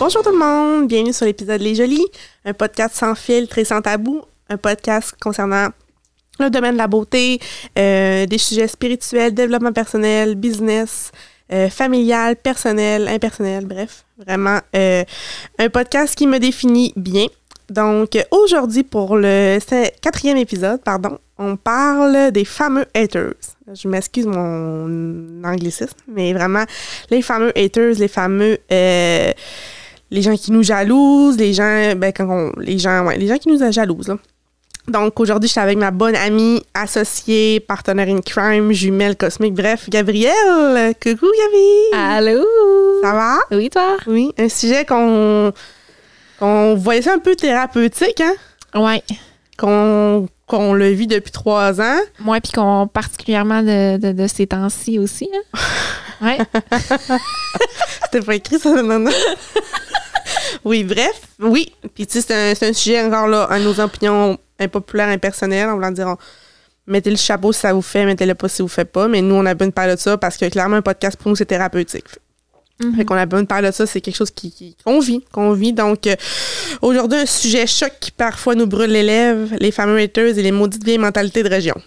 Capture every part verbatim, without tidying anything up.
Bonjour tout le monde, bienvenue sur l'épisode Les Jolies, un podcast sans filtre et sans tabou, un podcast concernant le domaine de la beauté, euh, des sujets spirituels, développement personnel, business, euh, familial, personnel, impersonnel, bref, vraiment euh, un podcast qui me définit bien. Donc aujourd'hui pour le quatrième épisode, pardon, on parle des fameux haters. Je m'excuse mon anglicisme, mais vraiment les fameux haters, les fameux euh, les gens qui nous jalousent, les gens ben quand on, les gens ouais, les gens qui nous jalousent là. Donc aujourd'hui, je suis avec ma bonne amie, associée, partenaire in crime, jumelle cosmique, bref, Gabrielle. Coucou Gabi. Allô. Ça va? Oui, toi? Oui, un sujet qu'on qu'on voyait ça un peu thérapeutique, hein? Ouais. Qu'on qu'on le vit depuis trois ans. Moi, puis qu'on particulièrement de, de, de ces temps-ci aussi. Hein? Ouais. C'était pas écrit ça, non, non. Oui, bref, oui. Puis tu sais, c'est un, c'est un sujet encore là, à nos opinions impopulaires, impersonnelles. On va dire, on, mettez le chapeau si ça vous fait, mettez-le pas si vous fait pas. Mais nous, on a besoin de parler de ça parce que clairement, un podcast pour nous, c'est thérapeutique. Mm-hmm. Fait qu'on a besoin de parler de ça, c'est quelque chose qui, qui, qu'on vit, qu'on vit. Donc, euh, aujourd'hui, un sujet choc qui parfois nous brûle les lèvres, les fameux haters et les maudites vieilles mentalités de région.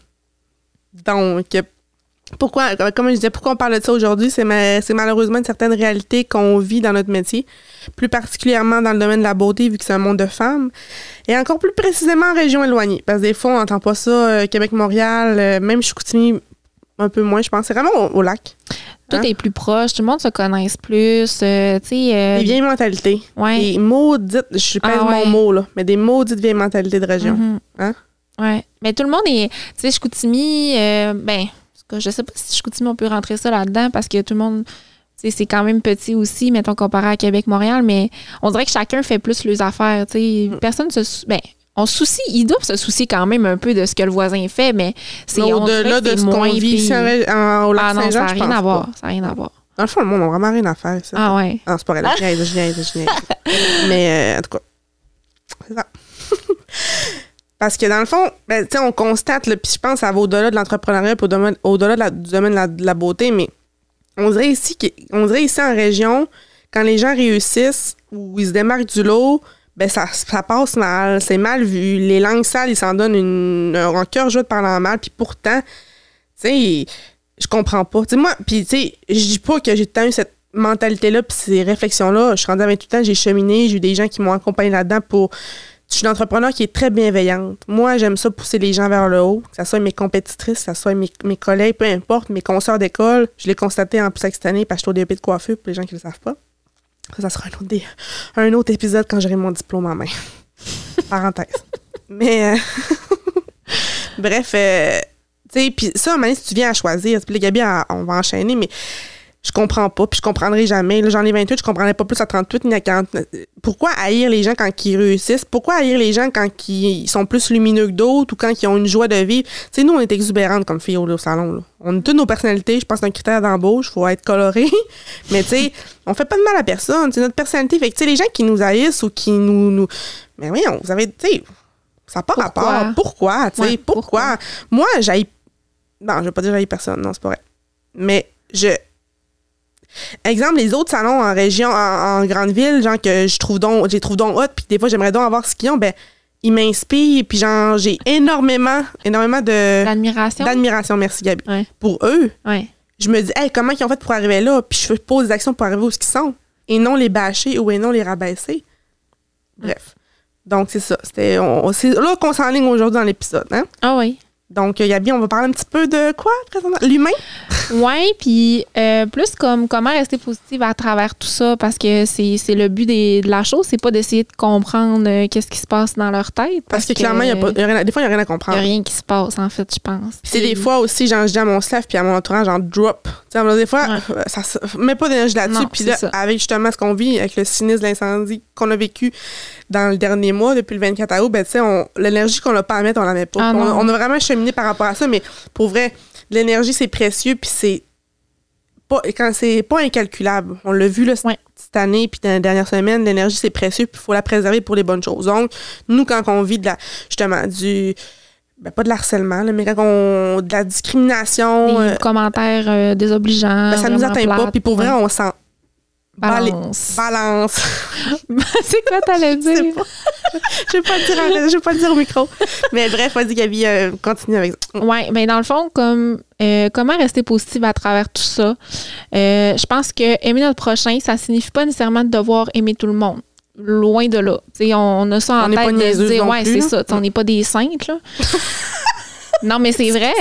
Donc, pourquoi, comme je disais, pourquoi on parle de ça aujourd'hui? C'est, ma, c'est malheureusement une certaine réalité qu'on vit dans notre métier, plus particulièrement dans le domaine de la beauté, vu que c'est un monde de femmes, et encore plus précisément en région éloignée. Parce que des fois, on n'entend pas ça, euh, Québec-Montréal, euh, même Chicoutimi, un peu moins, je pense. C'est vraiment au, au lac. Tout hein? Est plus proche, tout le monde se connaisse plus, euh, tu sais... Euh, des vieilles mentalités. Ouais. Des maudites, je pèse ah, ouais. mon mot, là, mais des maudites vieilles mentalités de région. Mm-hmm. Hein? Ouais. Mais tout le monde est... Tu sais, Chicoutimi, euh, ben... Je sais pas si Chicoutimi, on peut rentrer ça là-dedans parce que tout le monde, c'est quand même petit aussi, mettons, comparé à Québec-Montréal, mais on dirait que chacun fait plus les affaires. T'sais. Personne se... Ben, on se soucie, ils doivent se soucier quand même un peu de ce que le voisin fait, mais c'est... Mais au-delà de ce qu'on vit ici en, au lac ah, non, Saint-Jean, ça n'a je rien pense à voir. pas. Ça n'a rien à voir. Dans le fond, le monde n'a vraiment rien à faire. Ça. Ah ouais. Ah, c'est pas vrai, je niaise, je niaise, je niaise. Mais euh, en tout cas, c'est ça. Parce que dans le fond, ben, tu sais, on constate, puis je pense que ça va au-delà de l'entrepreneuriat, puis au-delà, au-delà de la, du domaine de la, de la beauté, mais on dirait ici, on dirait ici en région, quand les gens réussissent ou ils se démarquent du lot, ben ça, ça passe mal, c'est mal vu. Les langues sales, ils s'en donnent une, un cœur joie de parler en mal, puis pourtant, tu sais, je comprends pas. Tu sais, moi, puis tu sais, je dis pas que j'ai tant eu cette mentalité-là, puis ces réflexions-là. Je suis rendue à vingt-huit ans, j'ai cheminé, j'ai eu des gens qui m'ont accompagné là-dedans pour... Je suis une entrepreneur qui est très bienveillante. Moi, j'aime ça pousser les gens vers le haut, que ce soit mes compétitrices, que ce soit mes, mes collègues, peu importe, mes consoeurs d'école. Je l'ai constaté en plus cette année parce que je suis au D E P de coiffure pour les gens qui ne le savent pas. Ça, ça sera un autre, dé- un autre épisode quand j'aurai mon diplôme en main. Parenthèse. Mais, euh, bref, euh, tu sais, puis ça, à un moment donné, si tu viens à choisir, puis les Gabi, on va enchaîner, mais je comprends pas, puis je comprendrai jamais. Là, j'en ai vingt-huit, je comprendrai pas plus à trente-huit ni à quarante-neuf. Pourquoi haïr les gens quand ils réussissent? Pourquoi haïr les gens quand ils sont plus lumineux que d'autres ou quand ils ont une joie de vivre? Tu sais, nous, on est exubérantes comme filles au, au salon. Là. On a toutes nos personnalités. Je pense que c'est un critère d'embauche. Il faut être coloré. Mais tu sais, on fait pas de mal à personne. C'est notre personnalité. Fait que tu sais, les gens qui nous haïssent ou qui nous... nous... Mais oui, vous avez... Tu sais, ça n'a pas pourquoi? rapport. Pourquoi? Tu sais, ouais, pourquoi? pourquoi? Moi, j'haïs... Non, je vais pas dire j'haïs personne. Non, c'est pas vrai. Mais je... Exemple, les autres salons en région, en, en grande ville, genre que je trouve donc, j'ai trouve donc hot, puis des fois j'aimerais donc avoir ce qu'ils ont, ben ils m'inspirent, puis genre j'ai énormément, énormément de d'admiration. D'admiration, merci Gabi. Ouais. Pour eux, ouais. Je me dis, hey, comment ils ont fait pour arriver là, puis je pose des actions pour arriver où ils sont, et non les bâcher ou et non les rabaisser. Bref, donc c'est ça. C'était, on, c'est là qu'on s'enligne aujourd'hui dans l'épisode, hein. Ah oui. Donc, Gabi, on va parler un petit peu de quoi, présentement? L'humain? Oui, puis euh, plus comme comment rester positive à travers tout ça, parce que c'est, c'est le but des, de la chose, c'est pas d'essayer de comprendre euh, qu'est-ce qui se passe dans leur tête. Parce, parce que, que clairement, y a pas, y a rien à, des fois, il n'y a rien à comprendre. Il n'y a rien qui se passe, en fait, je pense. Puis c'est des fois aussi, genre, je dis à mon staff puis à mon entourage, genre, drop. Tu sais, des fois, ouais. ça ne met pas d'énergie là-dessus. Puis là, ça. Avec justement ce qu'on vit, avec le cynisme de l'incendie qu'on a vécu dans le dernier mois, depuis le vingt-quatre août, ben, tu sais, l'énergie qu'on n'a pas à mettre, on la met pas. Ah, on, on a vraiment cheminé par rapport à ça, mais pour vrai, l'énergie, c'est précieux, puis c'est pas, quand c'est pas incalculable. On l'a vu là, ouais. cette année, puis dans les dernières semaines, l'énergie, c'est précieux, puis il faut la préserver pour les bonnes choses. Donc, nous, quand on vit de la, justement, du... Ben, pas de l'harcèlement, là, mais quand on... de la discrimination... Des euh, commentaires euh, désobligeants. Ben, ça nous atteint plate, pas, puis pour vrai, ouais. on sent Balance. Balance. C'est quoi t'allais dire? Je vais pas le dire, je vais pas le dire au micro. Mais bref, vas-y, Gabi, euh, continue avec ça. Oui, bien dans le fond, comme euh, comment rester positive à travers tout ça? Euh, je pense que aimer notre prochain, ça signifie pas nécessairement de devoir aimer tout le monde. Loin de là. T'sais, on, on a ça en on tête pas de se dire, non ouais, plus, c'est là. ça. T'sais, on n'est pas des saintes, là. Non, mais c'est vrai.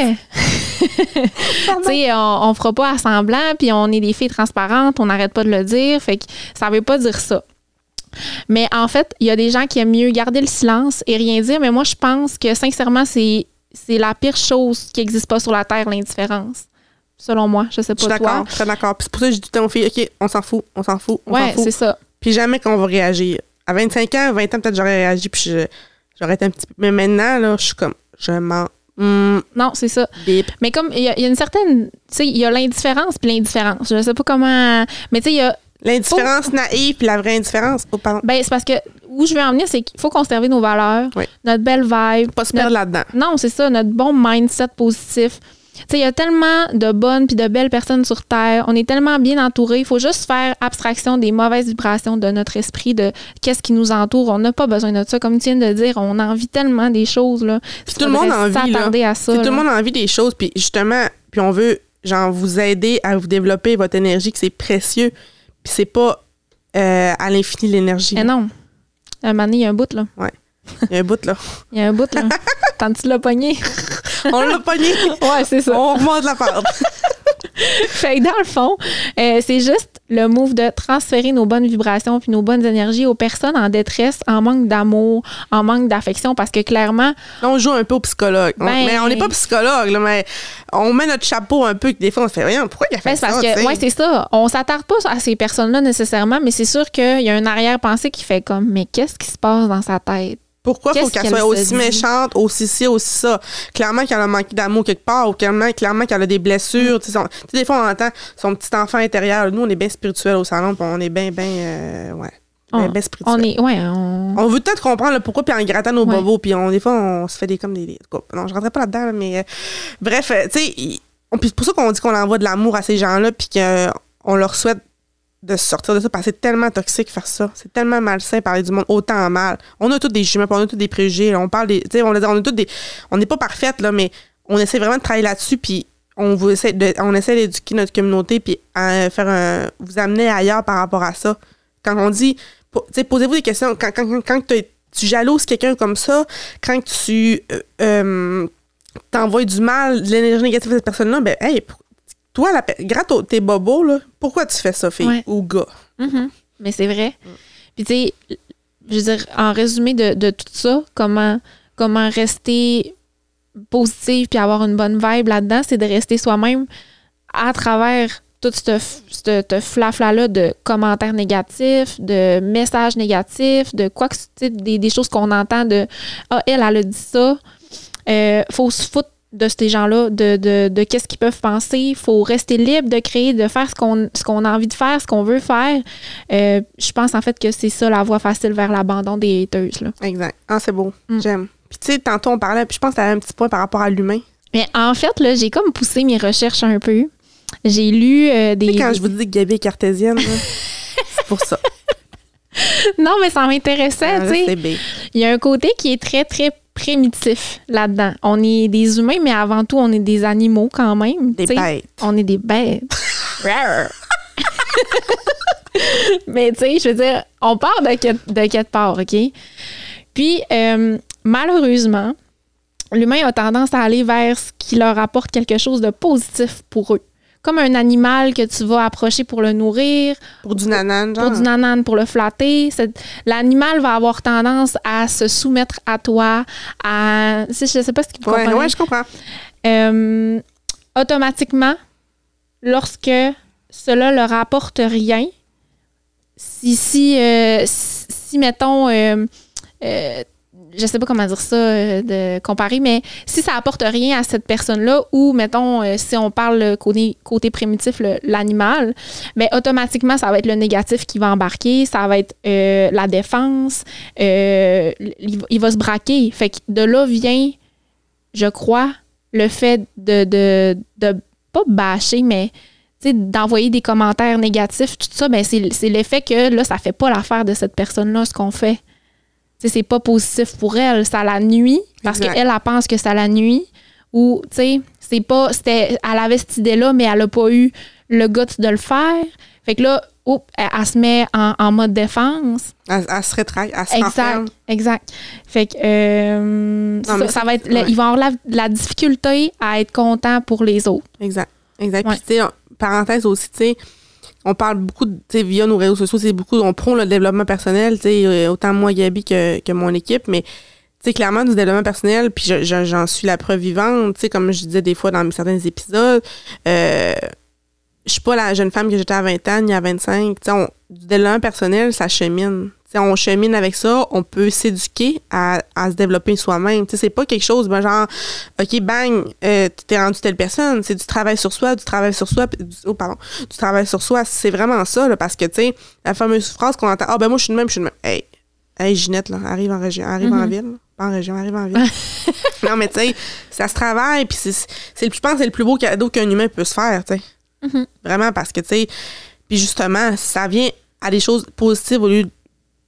Tu sais, on, on fera pas à semblant, puis on est des filles transparentes, on n'arrête pas de le dire. Fait que ça veut pas dire ça. Mais en fait, il y a des gens qui aiment mieux garder le silence et rien dire, mais moi, je pense que sincèrement, c'est, c'est la pire chose qui n'existe pas sur la Terre, l'indifférence. Selon moi, je sais pas toi. Je suis d'accord, toi. je suis d'accord. Puis c'est pour ça que j'ai dit aux filles, OK, on s'en fout, on s'en fout, on ouais, s'en fout. c'est ça. Puis jamais qu'on va réagir. À vingt-cinq ans, vingt ans, peut-être j'aurais réagi, puis je, j'aurais été un petit peu... Mais maintenant, là, je suis comme, je m'en... Mm, non, c'est ça. Bip. Mais comme, il y, y a une certaine... Tu sais, il y a l'indifférence puis l'indifférence. Je sais pas comment... Mais tu sais, il y a... L'indifférence faut... naïve puis la vraie indifférence. Oh, pardon. Ben, c'est parce que où je veux en venir, c'est qu'il faut conserver nos valeurs, oui. notre belle vibe. Pas se perdre notre... là-dedans. Non, c'est ça, notre bon mindset positif. Tu sais, il y a tellement de bonnes puis de belles personnes sur Terre. On est tellement bien entourés. Il faut juste faire abstraction des mauvaises vibrations de notre esprit, de qu'est-ce qui nous entoure. On n'a pas besoin de ça. Comme tu viens de dire, on a envie tellement des choses. Là. Puis tout le monde a envie. S'attarder à ça. Tout le monde a envie des choses. Puis justement, puis on veut genre vous aider à vous développer votre énergie, que c'est précieux. Puis c'est pas euh, à l'infini l'énergie. Eh non. À un moment donné, il y a un bout, là. Ouais. Il y a un bout, là. Il y a un bout, là. Quand tu l'as pogné. On l'a pogné. Ouais, c'est ça. On remonte la pente. Fait que dans le fond, euh, c'est juste le move de transférer nos bonnes vibrations puis nos bonnes énergies aux personnes en détresse, en manque d'amour, en manque d'affection, parce que clairement... On joue un peu au psychologue. Ben, on, mais on n'est pas psychologue, là, mais on met notre chapeau un peu, que des fois, on se fait rien. Pourquoi il a fait ben, ça? Parce que, ouais, c'est ça. On s'attarde pas à ces personnes-là nécessairement, mais c'est sûr qu'il y a une arrière-pensée qui fait comme, mais qu'est-ce qui se passe dans sa tête? Pourquoi il faut qu'elle, qu'elle soit aussi méchante, aussi ci, aussi ça? Clairement qu'elle a manqué d'amour quelque part, ou clairement, clairement qu'elle a des blessures. Mm. Tu sais, des fois, on entend son petit enfant intérieur. Nous, on est bien spirituel au salon, puis on est bien, bien, euh, ouais, bien, on, bien spirituel. On, est, ouais, on... on veut peut-être comprendre le pourquoi, puis en grattant nos ouais. bobos, puis on, des fois, on se fait des comme des... des non, je rentrerai pas là-dedans, là, mais... Euh, bref, euh, tu sais, c'est pour ça qu'on dit qu'on envoie de l'amour à ces gens-là, puis qu'on leur souhaite de sortir de ça, parce que c'est tellement toxique faire ça. C'est tellement malsain parler du monde autant en mal. On a tous des jugements, on a tous des préjugés. Là, on parle des. Tu sais, on, on a tous des. On n'est pas parfaite, là, mais on essaie vraiment de travailler là-dessus, puis on vous essaie de, on essaie d'éduquer notre communauté, puis à faire un, vous amener ailleurs par rapport à ça. Quand on dit, tu sais, posez-vous des questions. Quand, quand, quand, quand tu jalouses quelqu'un comme ça, quand tu euh, euh, t'envoies du mal, de l'énergie négative de cette personne-là, ben, hey, toi, la, gratte tes bobos, là, pourquoi tu fais ça, fille ouais. ou gars? Mm-hmm. Mais c'est vrai. Mm. Puis, tu sais, je veux dire, en résumé de, de tout ça, comment, comment rester positive puis avoir une bonne vibe là-dedans, c'est de rester soi-même à travers tout ce, ce, ce flafla-là de commentaires négatifs, de messages négatifs, de quoi que c'est, des, des choses qu'on entend de « Ah, elle, elle a dit ça. Euh, » faut se foutre de ces gens-là, de, de, de qu'est-ce qu'ils peuvent penser. Il faut rester libre de créer, de faire ce qu'on, ce qu'on a envie de faire, ce qu'on veut faire. Euh, je pense en fait que c'est ça la voie facile vers l'abandon des haters. Là. Exact. Ah, c'est beau. Mm. J'aime. Puis tu sais, tantôt on parlait, puis je pense que tu avais un petit point par rapport à l'humain. Mais en fait, là, j'ai comme poussé mes recherches un peu. J'ai lu euh, des... Tu sais, quand je vous dis que Gabi est cartésienne, là, c'est pour ça. Non, mais ça m'intéressait, ah, tu sais. Il y a un côté qui est très, très primitif là-dedans. On est des humains, mais avant tout, on est des animaux quand même. Des bêtes. On est des bêtes. Mais tu sais, je veux dire, on part de, de quelque part, OK? Puis, euh, malheureusement, l'humain a tendance à aller vers ce qui leur apporte quelque chose de positif pour eux. Comme un animal que tu vas approcher pour le nourrir. Pour du nanane, genre. Pour du nanane, pour le flatter. C'est, l'animal va avoir tendance à se soumettre à toi, à... Je ne sais pas ce qu'il faut comprendre. Oui, je comprends. Euh, automatiquement, lorsque cela leur apporte rien, si, si, euh, si, si mettons... Euh, euh, je sais pas comment dire ça, euh, de comparer, mais si ça apporte rien à cette personne-là, ou, mettons, euh, si on parle côté, côté primitif, le, l'animal, bien, automatiquement, ça va être le négatif qui va embarquer, ça va être euh, la défense, euh, il, il va se braquer. Fait que de là vient, je crois, le fait de, de, de pas bâcher, mais tu sais, d'envoyer des commentaires négatifs, tout ça, ben c'est, c'est l'effet que là, ça fait pas l'affaire de cette personne-là, ce qu'on fait. Tu sais, c'est pas positif pour elle. Ça la nuit parce qu'elle, elle pense que ça la nuit. Ou, tu sais, c'est pas... C'était, elle avait cette idée-là, mais elle a pas eu le guts de le faire. Fait que là, oups, elle, elle se met en, en mode défense. Elle, elle se rétracte, elle se Exact, renferme. exact. Fait que euh, non, ça, ça va être... Ouais. Ils vont avoir la, la difficulté à être contents pour les autres. Exact, exact. Ouais. Puis, tu sais, parenthèse aussi, tu sais, on parle beaucoup, tu sais, via nos réseaux sociaux, c'est beaucoup, on prône le développement personnel, tu sais, autant moi, Gabi, que, que mon équipe, mais tu sais, clairement, du développement personnel, puis je, je, j'en suis la preuve vivante, tu sais, comme je disais des fois dans certains épisodes, euh, je suis pas la jeune femme que j'étais à vingt ans, ni à vingt-cinq, tu sais, on, du développement personnel, ça chemine. Tu sais, on chemine avec ça, on peut s'éduquer à, à se développer soi-même. Tu sais, c'est pas quelque chose, ben genre, OK, bang, euh, tu t'es rendu telle personne. C'est du travail sur soi, du travail sur soi, du, oh, pardon, du travail sur soi. C'est vraiment ça, là, parce que, tu sais, la fameuse phrase qu'on entend, ah, ben moi, je suis de même, je suis de même. Hey, hey, Ginette, là, arrive en région, arrive mm-hmm. en ville, là. Pas en région, arrive en ville. Non, mais tu sais, ça se travaille, puis c'est, c'est, je pense que c'est le plus beau cadeau qu'un humain peut se faire, tu sais. Mm-hmm. Vraiment, parce que, tu sais, puis justement, ça vient à des choses positives au lieu de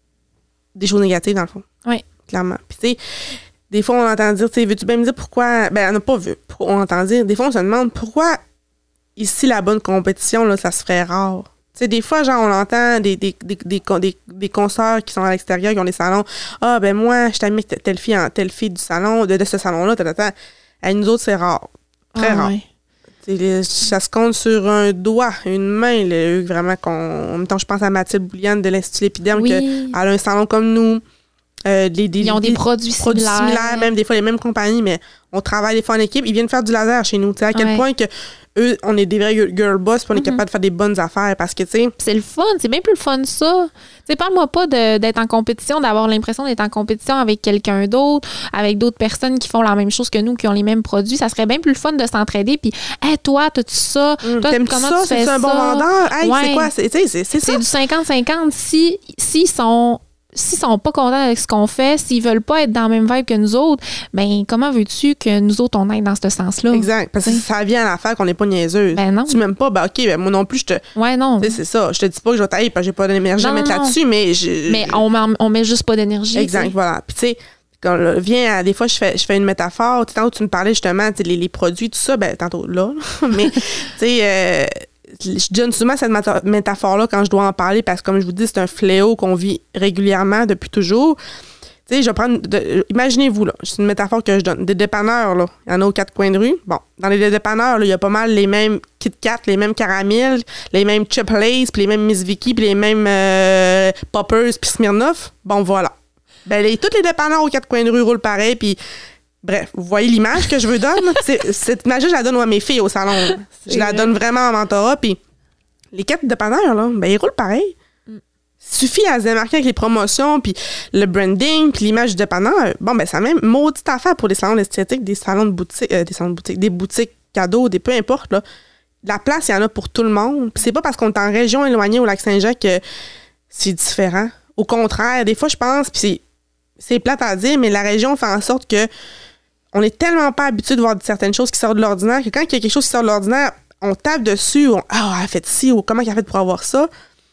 des choses négatives, dans le fond. Oui. Clairement. Puis, tu sais, des fois, on entend dire, tu sais, veux-tu bien me dire pourquoi. Ben, on n'a pas vu. On entend dire. Des fois, on se demande pourquoi ici, la bonne compétition, là, ça se ferait rare. Tu sais, des fois, genre, on entend des, des, des, des, des, des consoeurs qui sont à l'extérieur, qui ont des salons. Ah, ben, moi, je t'amie avec telle fille, telle fille du salon, de, de ce salon-là, t'attends. À nous autres, c'est rare. Très ah, rare. Oui. Les, ça se compte sur un doigt, une main, là, vraiment qu'on. En même temps, je pense à Mathilde Bouliane de l'Institut L'épiderme, oui. qu'elle a un salon comme nous. Euh, les, des, ils ont des, des produits, produits similaires. similaires, même des fois les mêmes compagnies, mais on travaille des fois en équipe. Ils viennent faire du laser chez nous. Tu sais, à quel ouais. point que eux, on est des vrais girl boss, puis on est mm-hmm. capable de faire des bonnes affaires parce que, tu sais. C'est le fun, c'est bien plus le fun, ça. Tu sais, parle-moi pas de, d'être en compétition, d'avoir l'impression d'être en compétition avec quelqu'un d'autre, avec d'autres personnes qui font la même chose que nous, qui ont les mêmes produits. Ça serait bien plus le fun de s'entraider, puis, hey, toi, t'as-tu ça? Mm, toi, t'aimes comment ça? tu fais c'est ça? un bon vendeur? Hey, ouais. c'est quoi? C'est, c'est, c'est, c'est ça. C'est du cinquante cinquante. Si, s'ils sont. S'ils sont pas contents avec ce qu'on fait, s'ils veulent pas être dans la même vibe que nous autres, ben comment veux-tu que nous autres, on aille dans ce sens-là? Exact. Parce que ça vient à l'affaire qu'on n'est pas niaiseuse. Ben non. Tu m'aimes pas, ben OK, ben moi non plus, je te... Ouais, non. Tu sais, c'est ça. Je te dis pas que je vais t'ailler parce que j'ai pas d'énergie à mettre non. là-dessus, mais... Je, mais on, on met juste pas d'énergie. Exact, t'sais. Voilà. Puis tu sais, quand on vient à... Des fois, je fais, je fais une métaphore. Tantôt, tu me parlais justement, les, les produits, tout ça, ben tantôt là. mais, tu sais... Euh, je donne souvent cette métaphore-là quand je dois en parler parce que, comme je vous dis, c'est un fléau qu'on vit régulièrement depuis toujours. Tu sais, je vais prendre... De, imaginez-vous, là, c'est une métaphore que je donne. Des dépanneurs, là, il y en a aux quatre coins de rue. Bon, dans les dépanneurs, il y a pas mal les mêmes Kit Kat, les mêmes caramels, les mêmes Chip Lays, puis les mêmes Miss Vicky, puis les mêmes euh, Poppers, puis Smirnoff. Bon, voilà. Ben, les, tous les dépanneurs aux quatre coins de rue roulent pareil, puis... Bref, vous voyez l'image que je vous donne? C'est, cette image-là, je la donne à mes filles au salon. Je la donne vraiment en mentorat. Puis les quatre dépanneurs, là, ben, ils roulent pareil. Mm. Suffit à se démarquer avec les promotions, puis le branding, puis l'image du dépanneur. Bon, ben, ça même maudite affaire pour les salons d'esthétique, des salons de boutique, euh, des salons de boutique, des boutiques cadeaux, des peu importe, là. La place, il y en a pour tout le monde. Puis c'est pas parce qu'on est en région éloignée au Lac-Saint-Jean que c'est différent. Au contraire, des fois, je pense, puis c'est, c'est plate à dire, mais la région fait en sorte que on est tellement pas habitué de voir certaines choses qui sortent de l'ordinaire que quand il y a quelque chose qui sort de l'ordinaire, on tape dessus, on ah, elle a fait ci, ou comment elle a fait pour avoir ça.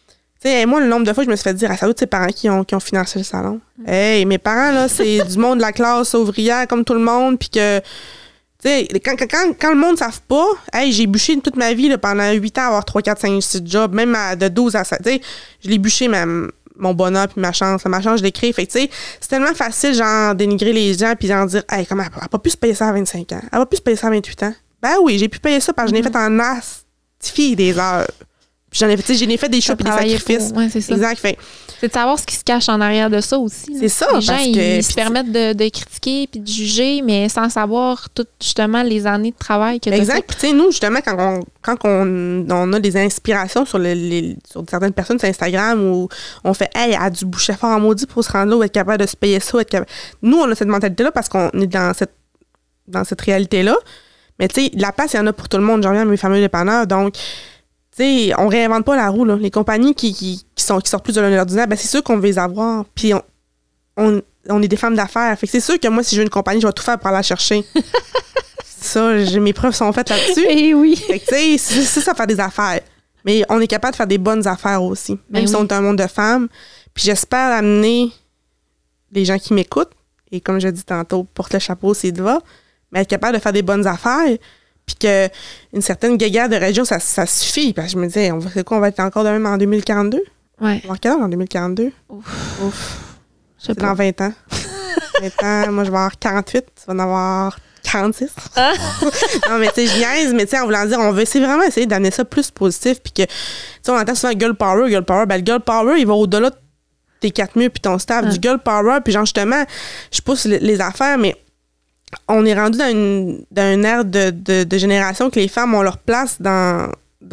Tu sais, moi, le nombre de fois, je me suis fait dire, ah, ça doit être ses parents qui ont, qui ont financé le salon. Mm. Hey, mes parents, là, c'est du monde de la classe ouvrière comme tout le monde, puis que, tu sais, quand, quand, quand le monde ne savent pas, hey, j'ai bûché toute ma vie là, pendant huit ans à avoir trois, quatre, cinq, six jobs, même à, de douze à sept. Tu sais, je l'ai bûché, même. Mon bonheur puis ma chance. Ma chance, je l'écris. Fait que, tu sais, c'est tellement facile, genre, dénigrer les gens puis d'en dire, hey, comment, elle n'a pas pu se payer ça à vingt-cinq ans. Elle va plus se payer ça à vingt-huit ans. Ben oui, j'ai pu payer ça parce que mm-hmm. je l'ai fait en astifie des heures. Puis j'en ai fait, tu sais, j'en ai fait des choix et des sacrifices. Pour... Ouais, c'est ça. Exact. Fait, c'est de savoir ce qui se cache en arrière de ça aussi. Là. C'est ça. Les gens, parce ils, que, ils se permettent de, de critiquer puis de juger, mais sans savoir tout, justement, les années de travail que tu as. Exact. Puis, tu sais, nous, justement, quand on, quand on, on a des inspirations sur, le, les, sur certaines personnes sur Instagram où on fait, hey, elle a du boucher fort en maudit pour se rendre là ou être capable de se payer ça. Être capable... Nous, on a cette mentalité-là parce qu'on est dans cette, dans cette réalité-là. Mais, tu sais, la place, il y en a pour tout le monde. J'en reviens à mes fameux dépanneurs. Donc, t'sais, on réinvente pas la roue, là. Les compagnies qui, qui, qui, sont, qui sortent plus de l'ordinaire, ben c'est sûr qu'on veut les avoir. Puis on, on, on est des femmes d'affaires. Fait que c'est sûr que moi, si je veux une compagnie, je vais tout faire pour aller la chercher. ça, j'ai, mes preuves sont faites là-dessus. Eh oui. Fait que, tu sais, c'est, c'est ça, faire des affaires. Mais on est capable de faire des bonnes affaires aussi, même ben si oui. on est un monde de femmes. Puis j'espère amener les gens qui m'écoutent, et comme je dis tantôt, porte le chapeau, c'est de va, mais être capable de faire des bonnes affaires, puis qu'une certaine guéguerre de région, ça, ça suffit. Parce que je me disais, on va, c'est quoi, on va être encore de même en deux mille quarante-deux? Ouais. On va avoir quel âge en deux mille quarante-deux? Ouf. Ouf. C'est dans vingt ans. vingt ans, moi, je vais avoir quarante-huit, tu vas en avoir quarante-six. Ah. Non, mais tu sais, je niaise, mais tu sais, en voulant dire, on veut essayer vraiment essayer d'amener ça plus positif, puis que, tu sais, on entend souvent girl power, girl power. Ben, le girl power, il va au-delà de tes quatre murs puis ton staff, ah. du girl power, puis genre, justement, je pousse les, les affaires, mais on est rendu dans une, dans une ère de, de, de génération que les femmes ont leur place dans,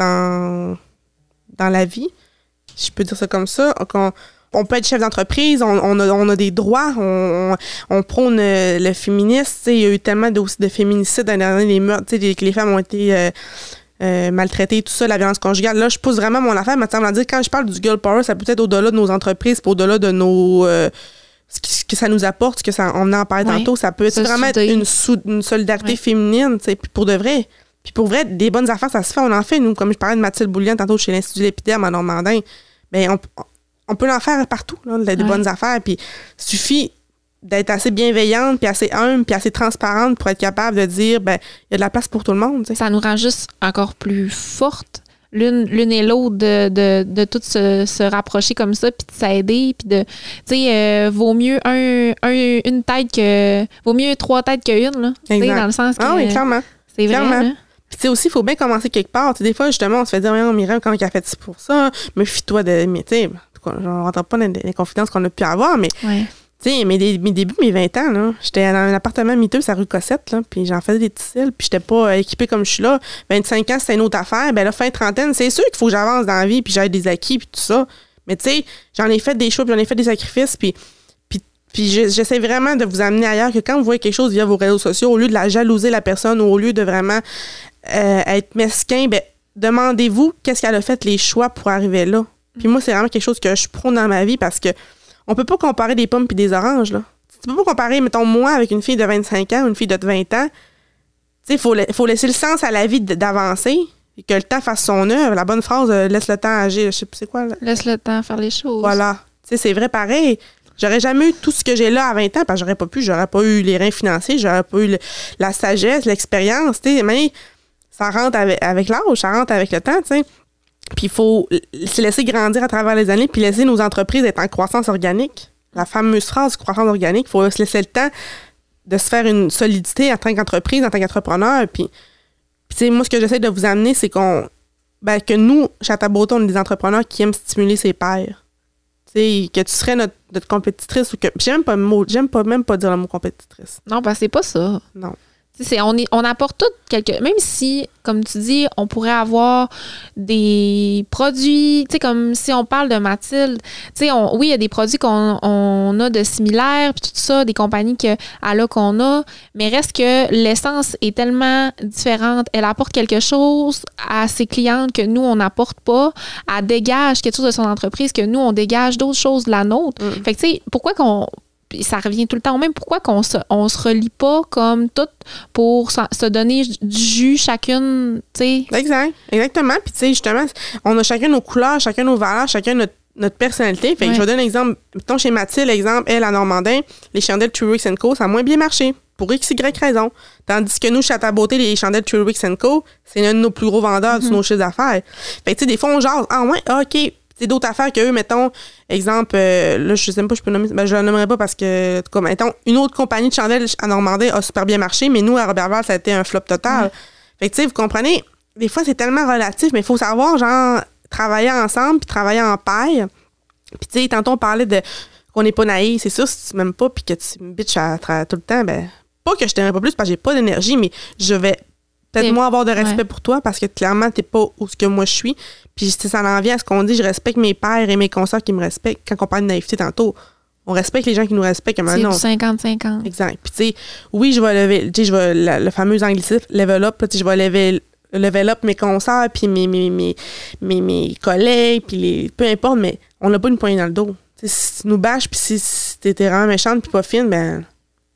dans, dans la vie. Je peux dire ça comme ça. Qu'on, on peut être chef d'entreprise, on, on, a, on a des droits, on, on, on prône le féminisme. Il y a eu tellement de, aussi de féminicides dans les dernières les meurtres, les, que les femmes ont été euh, euh, maltraitées, tout ça, la violence conjugale. Là, je pousse vraiment mon affaire, mais ça veut dire, quand je parle du girl power, ça peut être au-delà de nos entreprises, au-delà de nos... Euh, ce que ça nous apporte, ce que ça, on en parlait ouais. tantôt, ça peut être vraiment être une, sou, une solidarité ouais. féminine, puis pour de vrai. Puis pour vrai, des bonnes affaires, ça se fait, on en fait. Nous, comme je parlais de Mathilde Boulian tantôt chez l'Institut de l'Épiderme à Normandin, bien, on, on peut en faire partout, là, des ouais. bonnes affaires. Puis il suffit d'être assez bienveillante, puis assez humble, puis assez transparente pour être capable de dire, ben il y a de la place pour tout le monde. T'sais. Ça nous rend juste encore plus fortes. L'une, l'une et l'autre de, de, de toutes se, se rapprocher comme ça, puis de s'aider, puis de, tu sais, euh, vaut mieux un, un, une tête que, vaut mieux trois têtes qu'une, là, tu sais, dans le sens que... Ah oui, clairement. C'est clairement. vrai, là. Puis tu sais aussi, il faut bien commencer quelque part. Tu sais, des fois, justement, on se fait dire, oh, Myriam, comment il a fait pour ça? Me fie-toi de... Mais tu sais, je ne rentre pas dans les confidences qu'on a pu avoir, mais... Ouais. Tu sais, mes, mes débuts, mes vingt ans, là, j'étais dans un appartement miteux, sur la rue Cossette, là, puis j'en faisais des tisselles, puis j'étais pas euh, équipée comme je suis là. vingt-cinq ans, c'était une autre affaire. Ben là, fin trentaine, c'est sûr qu'il faut que j'avance dans la vie, puis j'aille des acquis, puis tout ça. Mais tu sais, j'en ai fait des choix, puis j'en ai fait des sacrifices, puis, puis, puis j'essaie vraiment de vous amener ailleurs, que quand vous voyez quelque chose via vos réseaux sociaux, au lieu de la jalouser la personne, ou au lieu de vraiment euh, être mesquin, ben demandez-vous qu'est-ce qu'elle a fait les choix pour arriver là. Puis moi, c'est vraiment quelque chose que je prône dans ma vie, parce que on peut pas comparer des pommes puis des oranges, là. Tu peux pas comparer, mettons, moi avec une fille de vingt-cinq ans ou une fille de vingt ans. Tu sais, il faut, la- faut laisser le sens à la vie d- d'avancer et que le temps fasse son œuvre. La bonne phrase, euh, laisse le temps agir. Je sais pas c'est quoi, là. Laisse le temps faire les choses. Voilà. Tu sais, c'est vrai pareil. J'aurais jamais eu tout ce que j'ai là à vingt ans, parce que j'aurais pas pu. J'aurais pas eu les reins financiers, j'aurais pas eu le- la sagesse, l'expérience. Tu sais, mais ça rentre avec, avec l'âge, ça rentre avec le temps, tu sais. Puis il faut se laisser grandir à travers les années, puis laisser nos entreprises être en croissance organique. La fameuse phrase croissance organique, il faut se laisser le temps de se faire une solidité en tant qu'entreprise, en tant qu'entrepreneur. Puis, puis tu sais, moi, ce que j'essaie de vous amener, c'est qu'on ben, que nous, chez Attaboto, on est des entrepreneurs qui aiment stimuler ses pairs. Tu sais, que tu serais notre, notre compétitrice ou que. J'aime pas le mot, j'aime pas même pas dire le mot compétitrice. Non, parce que c'est pas ça. Non. C'est, on, est, on apporte tout quelque... Même si, comme tu dis, on pourrait avoir des produits... Tu sais, comme si on parle de Mathilde, tu sais, oui, il y a des produits qu'on on a de similaires, puis tout ça, des compagnies qu'elle a qu'on a, mais reste que l'essence est tellement différente. Elle apporte quelque chose à ses clientes que nous, on n'apporte pas. Elle dégage quelque chose de son entreprise que nous, on dégage d'autres choses de la nôtre. Mm. Fait que, tu sais, pourquoi qu'on... ça revient tout le temps au même. Pourquoi qu'on se, on se relie pas comme toutes pour se, se donner du jus chacune, tu sais? Exact. Exactement. Puis, tu sais, justement, on a chacun nos couleurs, chacun nos valeurs, chacun notre, notre personnalité. Fait que Ouais. je vais donner un exemple. Mettons, chez Mathilde, exemple, elle, à Normandin, les chandelles Truex and Co, ça a moins bien marché. Pour X, Y raison. Tandis que nous, chez Ta Beauté, les chandelles Truex and Co, c'est un de nos plus gros vendeurs Mm-hmm. de nos chiffres d'affaires. Fait que, tu sais, des fois, on jase. Ah, ouais, ah, OK. C'est d'autres affaires qu'eux, mettons, exemple, euh, là, je sais même pas, je peux nommer, ben, je la nommerai pas parce que, comme, mettons, une autre compagnie de chandelles à Normandie a super bien marché, mais nous, à Robertval, ça a été un flop total. Ouais. Fait que, tu sais, vous comprenez, des fois, c'est tellement relatif, mais il faut savoir, genre, travailler ensemble, puis travailler en paille. Puis, tu sais, tantôt, on parlait de qu'on n'est pas naïf, c'est sûr, si tu m'aimes pas, puis que tu me bitches à, à, tout le temps, ben, pas que je t'aimerais pas plus parce que j'ai pas d'énergie, mais je vais peut-être C'est- moins avoir de respect ouais. pour toi parce que clairement, t'es pas où ce que moi je suis. Puis si ça en vient à ce qu'on dit, je respecte mes pères et mes consoeurs qui me respectent. Quand on parle de naïveté tantôt, on respecte les gens qui nous respectent. C'est Maintenant, du cinquante cinquante. exact. Puis tu sais, oui, je vais lever, tu sais, je vais, la- le fameux anglicisme, level up, là, tu sais, je vais lever, level up mes consoeurs, puis mes, mes, mes, mes, mes collègues, puis les, peu importe, mais on n'a pas une poignée dans le dos. Tu sais, si tu nous bâches, puis si, si t'es t'es vraiment méchante, puis pas fine, ben,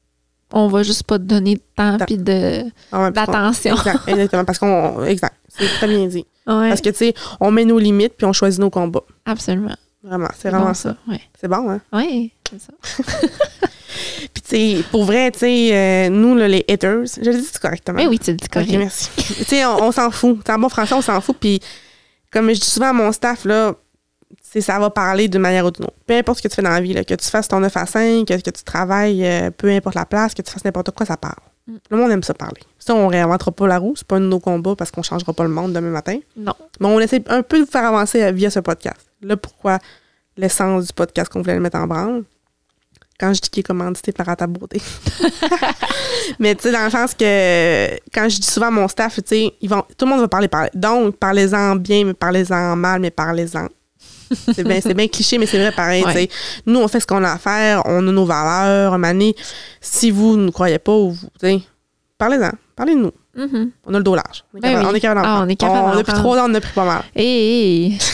on va juste pas te donner de temps et de, ah ouais, d'attention. Exact, exactement. Parce qu'on. Exact. C'est très bien dit. Ouais. Parce que, tu sais, on met nos limites puis on choisit nos combats. Absolument. Vraiment. C'est, C'est vraiment bon, ça. ça. Ouais. C'est bon, hein? Oui, c'est ça. Puis, tu sais, pour vrai, tu sais, euh, nous, là, les haters, je le dis correctement. Mais oui, tu le dis correct. OK, merci. Tu sais, on, on s'en fout. T'sais, en bon français, on s'en fout. Puis, comme je dis souvent à mon staff, là, c'est ça va parler d'une manière ou d'une autre. Peu importe ce que tu fais dans la vie, là, que tu fasses ton neuf à cinq, que, que tu travailles, euh, peu importe la place, que tu fasses n'importe quoi, ça parle. Mm. Le monde aime ça parler. Ça, on ne réinventera pas la roue. C'est pas un de nos combats parce qu'on ne changera pas le monde demain matin. Non. Mais on essaie un peu de vous faire avancer euh, via ce podcast. Là, pourquoi l'essence du podcast qu'on voulait le mettre en branle? Quand je dis qu'il est commandité par À ta beauté. Mais tu sais, dans le sens que quand je dis souvent à mon staff, tu sais, ils vont, tout le monde va parler, parler. Donc, parlez-en bien, mais parlez-en mal, mais parlez-en. C'est bien, c'est bien cliché, mais c'est vrai pareil. Ouais. Nous, on fait ce qu'on a à faire, on a nos valeurs. Un moment donné, si vous ne croyez pas, ou vous, parlez-en, parlez-nous. Mm-hmm. On a le dos large. On est ben capable, oui. on est capable d'en ah, prendre. on est capable on, d'en Depuis trois ans, on a pris pas mal. Hey, hey.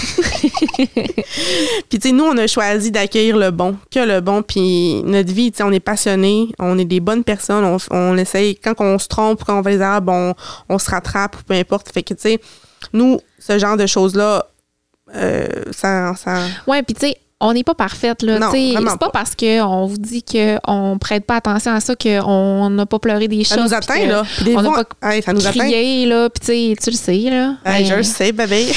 Puis, tu sais, nous, on a choisi d'accueillir le bon, que le bon. Puis, notre vie, tu sais, on est passionnés, on est des bonnes personnes. On, on essaye, quand on se trompe, quand on fait les erreurs, bon, on, on se rattrape ou peu importe. Fait que, tu sais, nous, ce genre de choses-là, euh, ça, ça. Ouais, puis, tu sais, on n'est pas parfaite, là. Non, c'est pas. pas parce qu'on vous dit qu'on prête pas attention à ça qu'on n'a pas pleuré des ça chats. Nous atteint, là. Puis des on n'a fois, pas hey, ça nous crié, atteint. Là. Puis, tu sais, tu le sais, là. Hey, hey. Je le sais, bébé.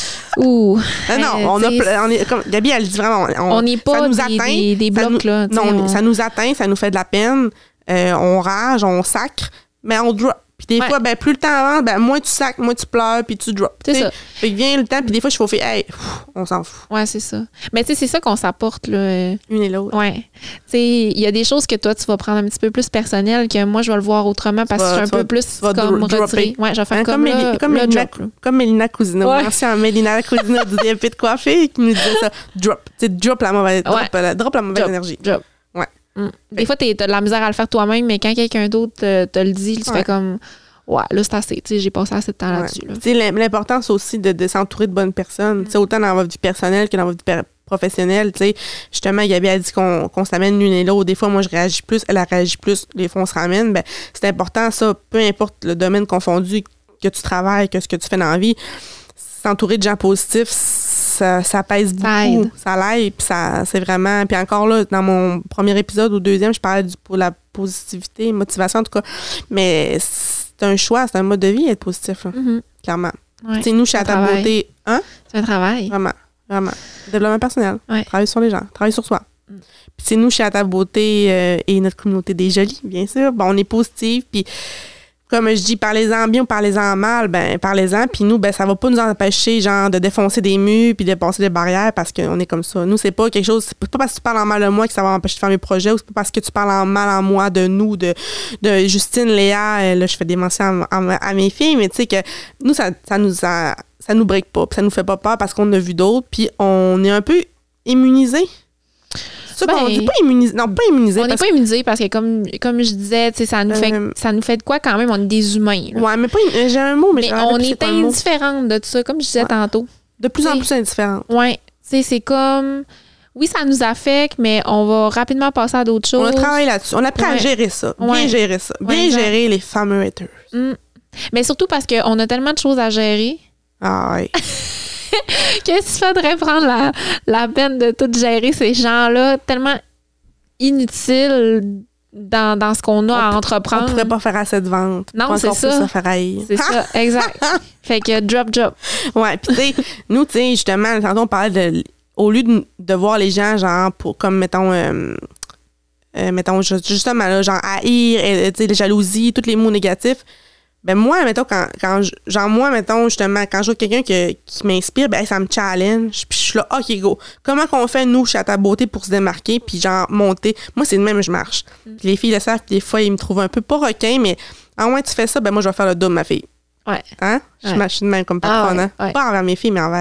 Ouh. Non, non, euh, on, a, on est, comme Gabi, elle dit vraiment. On n'est pas ça nous des, atteint, des, des blocs, nous, là. Non, on... ça nous atteint, ça nous fait de la peine. Euh, on rage, on sacre, mais on drop. Puis des ouais. fois, ben, plus le temps avance, ben, moins tu sacres, moins tu pleures, puis tu drops. C'est ça. Fait que vient le temps, puis des fois, je faut faire, hey, pff, on s'en fout. Ouais, c'est ça. Mais tu sais, c'est ça qu'on s'apporte, là. Une et l'autre. Ouais. Tu sais, il y a des choses que toi, tu vas prendre un petit peu plus personnelles que moi, je vais le voir autrement parce que je suis un peu plus comme retirée. Ouais, je vais faire hein, comme, comme, là, comme, là, Mélina, drop, comme Mélina Cousineau. Ouais. L'ancien Mélina Cousineau du D M P de coiffée qui nous disait ça. Drop. Tu sais, drop la mauvaise, ouais. drop, la, drop la mauvaise drop, énergie. Drop. Ouais. Mm. Des fois, t'as de la misère à le faire toi-même, mais quand quelqu'un d'autre te, te le dit, tu ouais. fais comme... Ouais, là, c'est assez. Tu sais, j'ai passé assez de temps ouais. là-dessus. Là. Tu sais, l'importance aussi de, de s'entourer de bonnes personnes. Mm. Tu sais, autant dans votre vie personnelle que dans votre vie professionnelle. Tu sais, justement, Gabi a dit qu'on qu'on s'amène l'une et l'autre. Des fois, moi, je réagis plus, elle a réagi plus. Des fois, on se ramène. Ben, c'est important, ça, peu importe le domaine confondu que tu travailles, que ce que tu fais dans la vie. S'entourer de gens positifs, ça, ça pèse ça beaucoup. Aide. Ça l'aide. Puis ça, c'est vraiment... Puis encore là, dans mon premier épisode ou deuxième, je parlais du, pour la positivité, motivation en tout cas. Mais c'est un choix, c'est un mode de vie, être positif, là, mm-hmm. clairement. Ouais. Tu sais, nous, chez À ta beauté, hein? C'est un travail. Vraiment, vraiment. Développement personnel. Ouais. Travailler sur les gens, travailler sur soi. Mm. Puis c'est nous, chez À ta beauté euh, et notre communauté des jolis, bien sûr. Bon, on est positif, puis comme je dis, parlez-en bien ou parlez-en mal, ben parlez-en. Puis nous, ben ça va pas nous empêcher, genre, de défoncer des murs puis de passer des barrières parce qu'on est comme ça. Nous, c'est pas quelque chose... C'est pas parce que tu parles en mal de moi que ça va m'empêcher de faire mes projets ou c'est pas parce que tu parles en mal en moi de nous, de, de Justine, Léa. Là, je fais des mentions à, à, à mes filles, mais tu sais que nous, ça, ça nous a, ça nous break pas puis ça nous fait pas peur parce qu'on a vu d'autres puis on est un peu immunisés. Ça, ben, on dit pas immunisé. Non, pas immunisé. On n'est pas immunisé parce que, comme, comme je disais, ça nous, euh, fait, ça nous fait de quoi quand même? On est des humains. Là. Ouais, mais pas. J'ai un mot, mais, mais on est indifférente de tout ça, comme je disais ouais. tantôt. De plus t'sais, en plus indifférente. Oui. Tu sais, c'est comme. Oui, ça nous affecte, mais on va rapidement passer à d'autres choses. On a travaillé là-dessus. On a appris ouais. à gérer ça. Bien ouais. gérer ça. Bien ouais, gérer les fameux haters. Mm. Mais surtout parce qu'on a tellement de choses à gérer. Ah oui. Qu'est-ce qu'il faudrait prendre la, la peine de tout gérer ces gens-là tellement inutiles dans, dans ce qu'on a on à entreprendre. On pourrait pas faire assez de ventes. Non, c'est ça. C'est ça, exact. Fait que drop, drop. Ouais, puis tu sais, nous, tu sais, justement, tantôt on parlait de... Au lieu de, de voir les gens, genre, pour, comme, mettons... Euh, euh, mettons, justement, là, genre, haïr, tu sais, la jalousie, tous les mots négatifs... Ben moi, mettons, quand, quand je, genre moi, mettons, justement, quand je vois quelqu'un que, qui m'inspire, ben ça me challenge, puis je suis là, OK, go. Comment qu'on fait, nous, chez À ta beauté, pour se démarquer, puis genre, monter? Moi, c'est de même, je marche. Mm. Puis les filles le savent, puis des fois, ils me trouvent un peu pas requin, mais en moins tu fais ça, ben moi, je vais faire le dos de ma fille. Ouais. Hein? Je, ouais. je suis de même comme patronne, ah, ouais, hein? ouais. Pas envers mes filles, mais envers... Euh,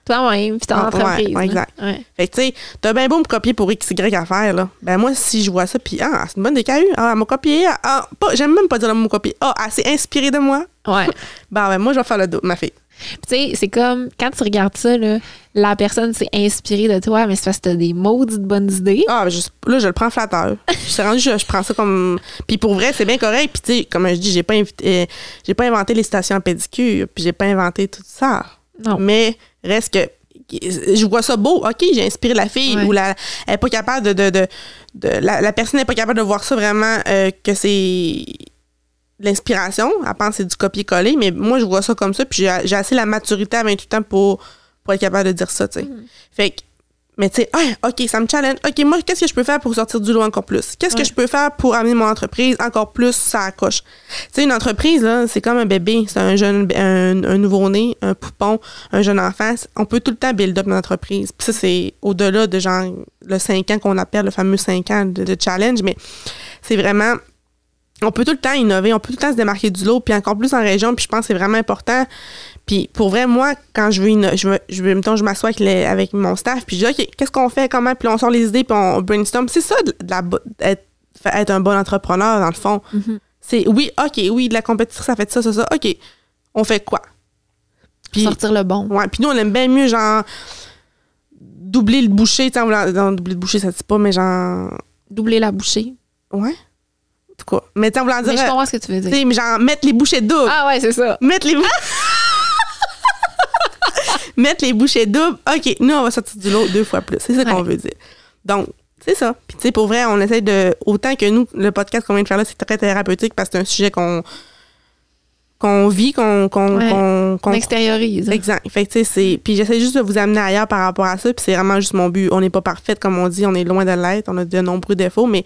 toi-même, puis ton Ah, entreprise. ouais, ouais, exact. Ouais. Fait que, tu sais, t'as bien beau me copier pour X, Y affaire, là. Ben, moi, si je vois ça, puis, ah, c'est une bonne D K U. Ah, elle m'a copié. Ah, pas, j'aime même pas dire le mot copier. Ah, elle s'est inspirée de moi. Ouais. Ben, ben, moi, je vais faire le dos, ma fille. Puis, tu sais, c'est comme, quand tu regardes ça, là, la personne s'est inspirée de toi, mais c'est parce que t'as des maudites bonnes idées. Ah, ben, je- là, je le prends flatteur. Je suis rendue, je, je prends ça comme. Puis pour vrai, c'est bien correct. Puis, tu sais, comme je dis, j'ai pas, invité, euh, j'ai pas inventé les stations à pédicure, puis j'ai pas inventé tout ça. Non. Mais reste que. Je vois ça beau, OK, j'ai inspiré la fille, Ouais. ou la, elle n'est pas capable de. de, de, de- la, la personne n'est pas capable de voir ça vraiment, euh, que c'est de l'inspiration. Elle pense que c'est du copier-coller, mais moi, je vois ça comme ça, puis j'ai, j'ai assez la maturité à vingt-huit ans pour, pour être capable de dire ça, tu sais. Mm. Fait que, mais tu sais, ah, OK, ça me challenge. OK, moi, qu'est-ce que je peux faire pour sortir du lot encore plus? Qu'est-ce Ouais. que je peux faire pour amener mon entreprise encore plus ça accroche? Tu sais, une entreprise, là, c'est comme un bébé. C'est un jeune, un, un nouveau-né, un poupon, un jeune enfant. On peut tout le temps build up une entreprise. Puis ça, c'est au-delà de genre le cinq ans qu'on appelle le fameux cinq ans de, de challenge, mais c'est vraiment. On peut tout le temps innover, on peut tout le temps se démarquer du lot, puis encore plus en région, puis je pense que c'est vraiment important. Puis pour vrai, moi, quand je veux, inno- je veux, je veux mettons, je m'assois avec, les- avec mon staff, puis je dis, OK, qu'est-ce qu'on fait, comment, puis on sort les idées, puis on brainstorm. C'est ça, de la, bo- être, être un bon entrepreneur, dans le fond. Mhm. C'est, oui, OK, oui, de la compétition, ça fait ça, ça, ça. OK, on fait quoi? Puis, Sortir le bon. ouais, puis nous, on aime bien mieux, genre, doubler le boucher, tu sais, en voulant- non, doubler le boucher, ça se dit pas, mais genre, Doubler la bouchée. ouais, en tout cas. Mais tu sais, en voulant dire, Mais je comprends ce que tu veux tu dire. sais, mais genre, mettre les bouchées doubles. Ah ouais, c'est ça. Mettre les bou- Mettre les bouchées doubles. OK, nous, on va sortir du lot deux fois plus. C'est ça qu'on Ouais. veut dire. Donc, c'est ça. Puis, tu sais, pour vrai, on essaie de. Autant que nous, le podcast qu'on vient de faire là, c'est très thérapeutique parce que c'est un sujet qu'on qu'on vit, qu'on. qu'on, Ouais. qu'on, qu'on- On extériorise. Exact. Fait que, tu sais, c'est. Puis, j'essaie juste de vous amener ailleurs par rapport à ça. Puis, c'est vraiment juste mon but. On n'est pas parfaite, comme on dit. On est loin de l'être. On a de nombreux défauts, mais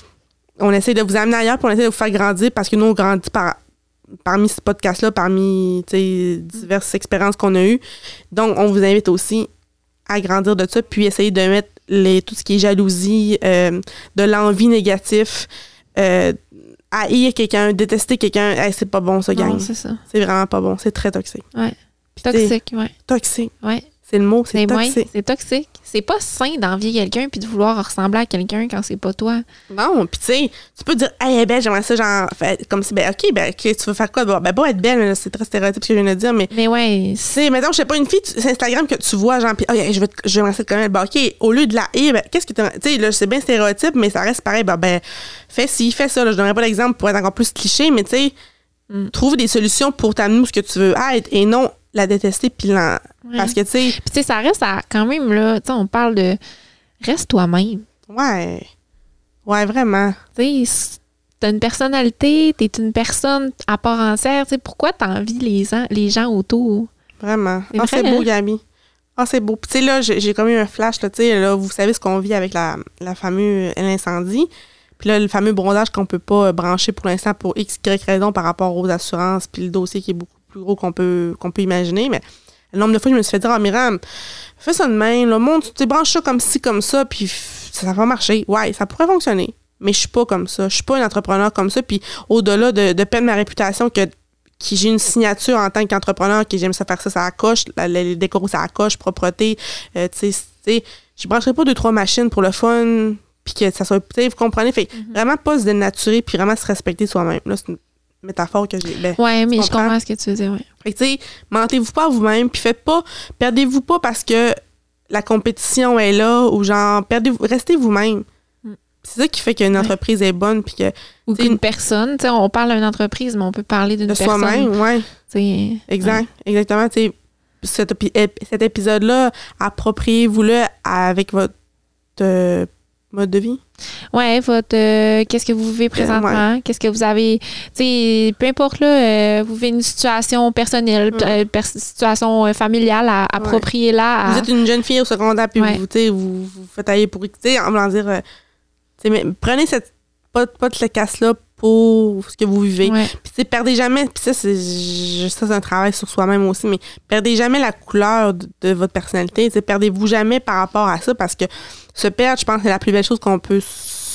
on essaie de vous amener ailleurs puis on essaie de vous faire grandir parce que nous, on grandit par. Parmi ce podcast-là, parmi tu sais, diverses expériences qu'on a eues. Donc, on vous invite aussi à grandir de ça, puis essayer de mettre les, tout ce qui est jalousie, euh, de l'envie négatif, euh, haïr quelqu'un, détester quelqu'un. Hey, c'est pas bon, ça, gang. Non, c'est ça. C'est vraiment pas bon. C'est très toxique. Ouais. Puis, tu sais, Toxique, ouais. toxique. Ouais. C'est le mot, c'est C'est moins, toxique. c'est toxique. C'est pas sain d'envier quelqu'un puis de vouloir ressembler à quelqu'un quand c'est pas toi. Non, puis tu sais, tu peux dire, hey, elle est belle, j'aimerais ça, genre, fait, comme si, ben, OK, ben, OK, tu veux faire quoi? Ben, pas être belle, là, c'est très stéréotype ce que je viens de dire, mais Mais ouais, tu sais, mettons, je sais pas, une fille, tu- c'est Instagram que tu vois, genre, pis, oh, je veux, te- j'aimerais ça te connaître. Ben, OK, au lieu de la haïr, ben, qu'est-ce que tu sais, là, c'est bien stéréotype, mais ça reste pareil. Ben, ben, fais ci, fais ça, là. Je donnerai pas d'exemple pour être encore plus cliché, mais tu sais, Mm. trouve des solutions pour t'amener où ce que tu veux être et non la détester puis l'en. Ouais. Parce que, tu sais, Puis tu sais, ça reste à, quand même, là, tu sais, on parle de reste toi-même. ouais. Ouais, vraiment. Tu sais, t'as une personnalité, t'es une personne à part entière. Tu sais, pourquoi t'envies les gens, les gens autour? Vraiment. C'est Ah, vrai, c'est beau, hein? Gabi. Ah, c'est beau. Puis, tu sais, là, j'ai j'ai comme eu un flash, là, tu sais, là, vous savez ce qu'on vit avec la, la fameuse l'incendie. Puis là, le fameux bronzage qu'on peut pas euh, brancher pour l'instant pour X, Y raison par rapport aux assurances, puis le dossier qui est beaucoup plus gros qu'on peut, qu'on peut imaginer. Mais le nombre de fois, je me suis fait dire, ah, Myriam, fais ça de même, le monde, tu branches ça comme ci, comme ça, puis f- ça va marcher. Ouais, ça pourrait fonctionner. Mais je suis pas comme ça. Je suis pas un entrepreneur comme ça. Puis au-delà de, de perdre ma réputation, que qui j'ai une signature en tant qu'entrepreneur, que j'aime ça faire ça, ça accroche, la- la- les décors, ça accroche, propreté, euh, tu sais, tu sais, je brancherai pas deux, trois machines pour le fun, puis que ça soit, tu sais, vous comprenez? Fait que vraiment pas se dénaturer, puis vraiment se respecter soi-même. Là, c'est une métaphore que j'ai. Ben, Ouais, mais tu je comprends? comprends ce que tu veux dire, ouais. fait que, tu sais, mentez-vous pas à vous-même, puis faites pas, perdez-vous pas parce que la compétition est là, ou genre, perdez-vous, restez vous-même. Mm. C'est ça qui fait qu'une Ouais. entreprise est bonne, puis que Ou t'sais, qu'une personne, tu sais, on parle d'une entreprise, mais on peut parler d'une de personne. soi-même, ouais. tu sais, Exact, exactement. Tu sais, cet, épi- ép- cet épisode-là, appropriez-vous-le avec votre euh, mode de vie. Ouais, votre euh, qu'est-ce que vous vivez présentement, qu'est-ce que vous avez, tu sais, peu importe là, euh, vous vivez une situation personnelle, Ouais. euh, pers- situation euh, familiale, à, appropriez-la. à- Vous êtes une jeune fille au secondaire, puis Ouais. vous, tu sais, vous vous faites tailler pour... Tu sais, en voulant dire... euh, tu sais, mais prenez cette... Pas, pas de la casse-là pour ce que vous vivez. Ouais. Puis, tu sais, perdez jamais... Puis ça, c'est je- ça, c'est un travail sur soi-même aussi, mais perdez jamais la couleur de, de votre personnalité. Tu sais, perdez-vous jamais par rapport à ça, parce que se perdre, je pense, c'est la plus belle chose qu'on peut se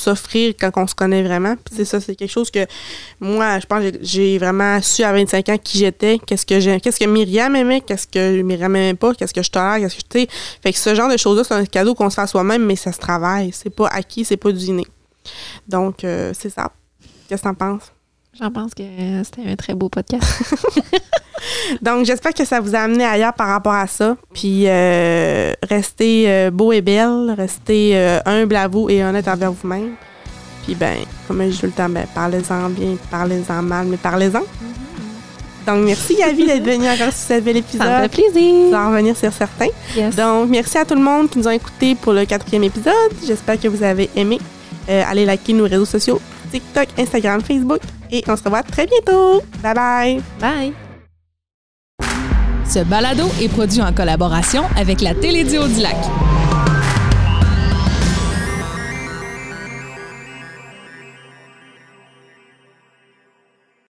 s'offrir quand on se connaît vraiment. Puis c'est ça, c'est quelque chose que moi, je pense que j'ai vraiment su à vingt-cinq ans qui j'étais, qu'est-ce que j'ai, qu'est-ce que Myriam aimait, qu'est-ce que Myriam aimait pas, qu'est-ce que je tolère, qu'est-ce que tu sais. Fait que ce genre de choses-là, c'est un cadeau qu'on se fait à soi-même, mais ça se travaille. C'est pas acquis, c'est pas du inné. Donc, euh, c'est ça. Qu'est-ce que t'en penses? J'en pense que c'était un très beau podcast. Donc, j'espère que ça vous a amené ailleurs par rapport à ça. Puis, euh, restez euh, beau et belle, restez euh, humble à vous et honnête envers vous-même. Puis, ben, comme je dis tout le temps, ben, parlez-en bien, parlez-en mal, mais parlez-en. Mm-hmm. Donc, merci Gabi d'être venue encore sur ce bel épisode. Ça me fait plaisir. Ça va revenir sur certains. Yes. Donc, merci à tout le monde qui nous a écoutés pour le quatrième épisode. J'espère que vous avez aimé. Euh, allez liker nos réseaux sociaux, TikTok, Instagram, Facebook. Et on se revoit très bientôt. Bye bye. Bye. Ce balado est produit en collaboration avec la Télédio du Lac.